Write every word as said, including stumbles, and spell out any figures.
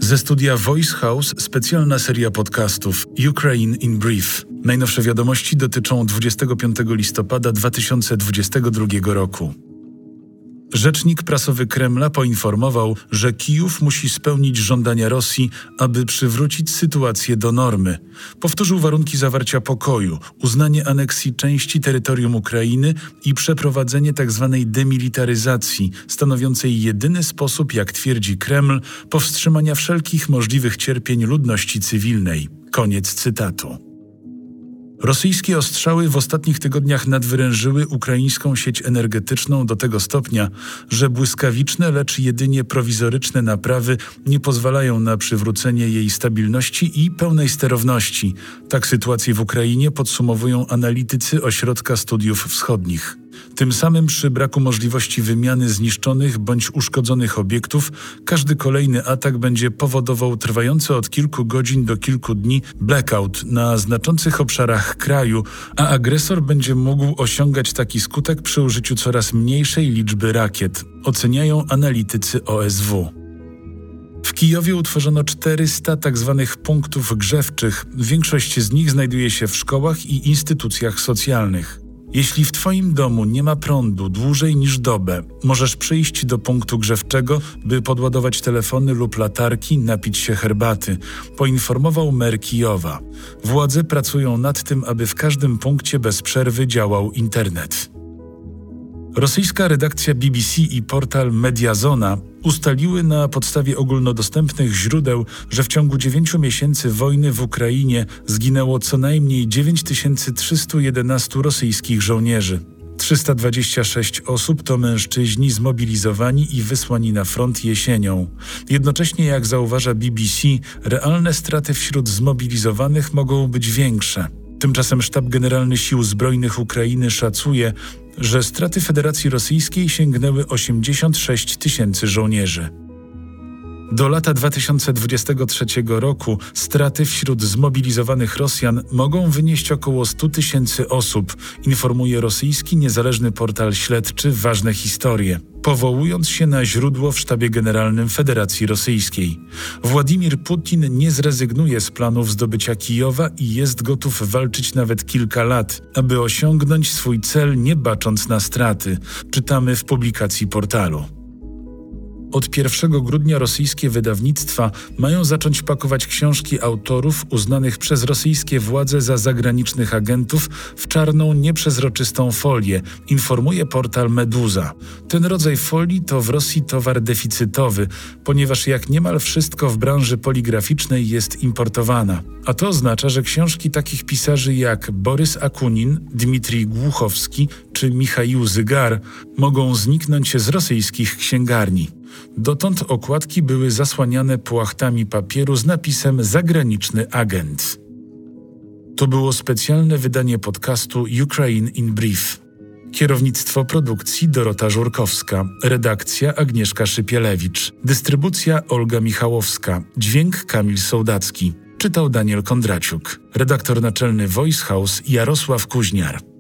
Ze studia Voice House specjalna seria podcastów Ukraine in Brief. Najnowsze wiadomości dotyczą dwudziestego piątego listopada dwa tysiące dwudziestego drugiego roku. Rzecznik prasowy Kremla poinformował, że Kijów musi spełnić żądania Rosji, aby przywrócić sytuację do normy. Powtórzył warunki zawarcia pokoju, uznanie aneksji części terytorium Ukrainy i przeprowadzenie tzw. demilitaryzacji, stanowiącej jedyny sposób, jak twierdzi Kreml, powstrzymania wszelkich możliwych cierpień ludności cywilnej. Koniec cytatu. Rosyjskie ostrzały w ostatnich tygodniach nadwyrężyły ukraińską sieć energetyczną do tego stopnia, że błyskawiczne, lecz jedynie prowizoryczne naprawy nie pozwalają na przywrócenie jej stabilności i pełnej sterowności. Tak sytuację w Ukrainie podsumowują analitycy Ośrodka Studiów Wschodnich. Tym samym przy braku możliwości wymiany zniszczonych bądź uszkodzonych obiektów, każdy kolejny atak będzie powodował trwający od kilku godzin do kilku dni blackout na znaczących obszarach kraju, a agresor będzie mógł osiągać taki skutek przy użyciu coraz mniejszej liczby rakiet, oceniają analitycy O S W. W Kijowie utworzono czterysta tzw. punktów grzewczych. Większość z nich znajduje się w szkołach i instytucjach socjalnych. Jeśli w Twoim domu nie ma prądu dłużej niż dobę, możesz przyjść do punktu grzewczego, by podładować telefony lub latarki, napić się herbaty, poinformował mer Kijowa. Władze pracują nad tym, aby w każdym punkcie bez przerwy działał internet. Rosyjska redakcja B B C i portal Mediazona ustaliły na podstawie ogólnodostępnych źródeł, że w ciągu dziewięciu miesięcy wojny w Ukrainie zginęło co najmniej dziewięć tysięcy trzysta jedenaście rosyjskich żołnierzy. trzysta dwadzieścia sześć osób to mężczyźni zmobilizowani i wysłani na front jesienią. Jednocześnie, jak zauważa B B C, realne straty wśród zmobilizowanych mogą być większe. Tymczasem Sztab Generalny Sił Zbrojnych Ukrainy szacuje, że straty Federacji Rosyjskiej sięgnęły osiemdziesiąt sześć tysięcy żołnierzy. Do lata dwa tysiące dwudziestego trzeciego roku straty wśród zmobilizowanych Rosjan mogą wynieść około sto tysięcy osób, informuje rosyjski niezależny portal śledczy Ważne Historie, powołując się na źródło w Sztabie Generalnym Federacji Rosyjskiej. Władimir Putin nie zrezygnuje z planów zdobycia Kijowa i jest gotów walczyć nawet kilka lat, aby osiągnąć swój cel, nie bacząc na straty, czytamy w publikacji portalu. Od pierwszego grudnia rosyjskie wydawnictwa mają zacząć pakować książki autorów uznanych przez rosyjskie władze za zagranicznych agentów w czarną, nieprzezroczystą folię, informuje portal Meduza. Ten rodzaj folii to w Rosji towar deficytowy, ponieważ jak niemal wszystko w branży poligraficznej jest importowana. A to oznacza, że książki takich pisarzy jak Borys Akunin, Dmitrij Głuchowski czy Michaił Zygar mogą zniknąć z rosyjskich księgarni. Dotąd okładki były zasłaniane płachtami papieru z napisem „Zagraniczny agent”. To było specjalne wydanie podcastu Ukraine in Brief. Kierownictwo produkcji Dorota Żurkowska, redakcja Agnieszka Szypielewicz, dystrybucja Olga Michałowska, dźwięk Kamil Sołdacki, czytał Daniel Kondraciuk, redaktor naczelny Voice House Jarosław Kuźniar.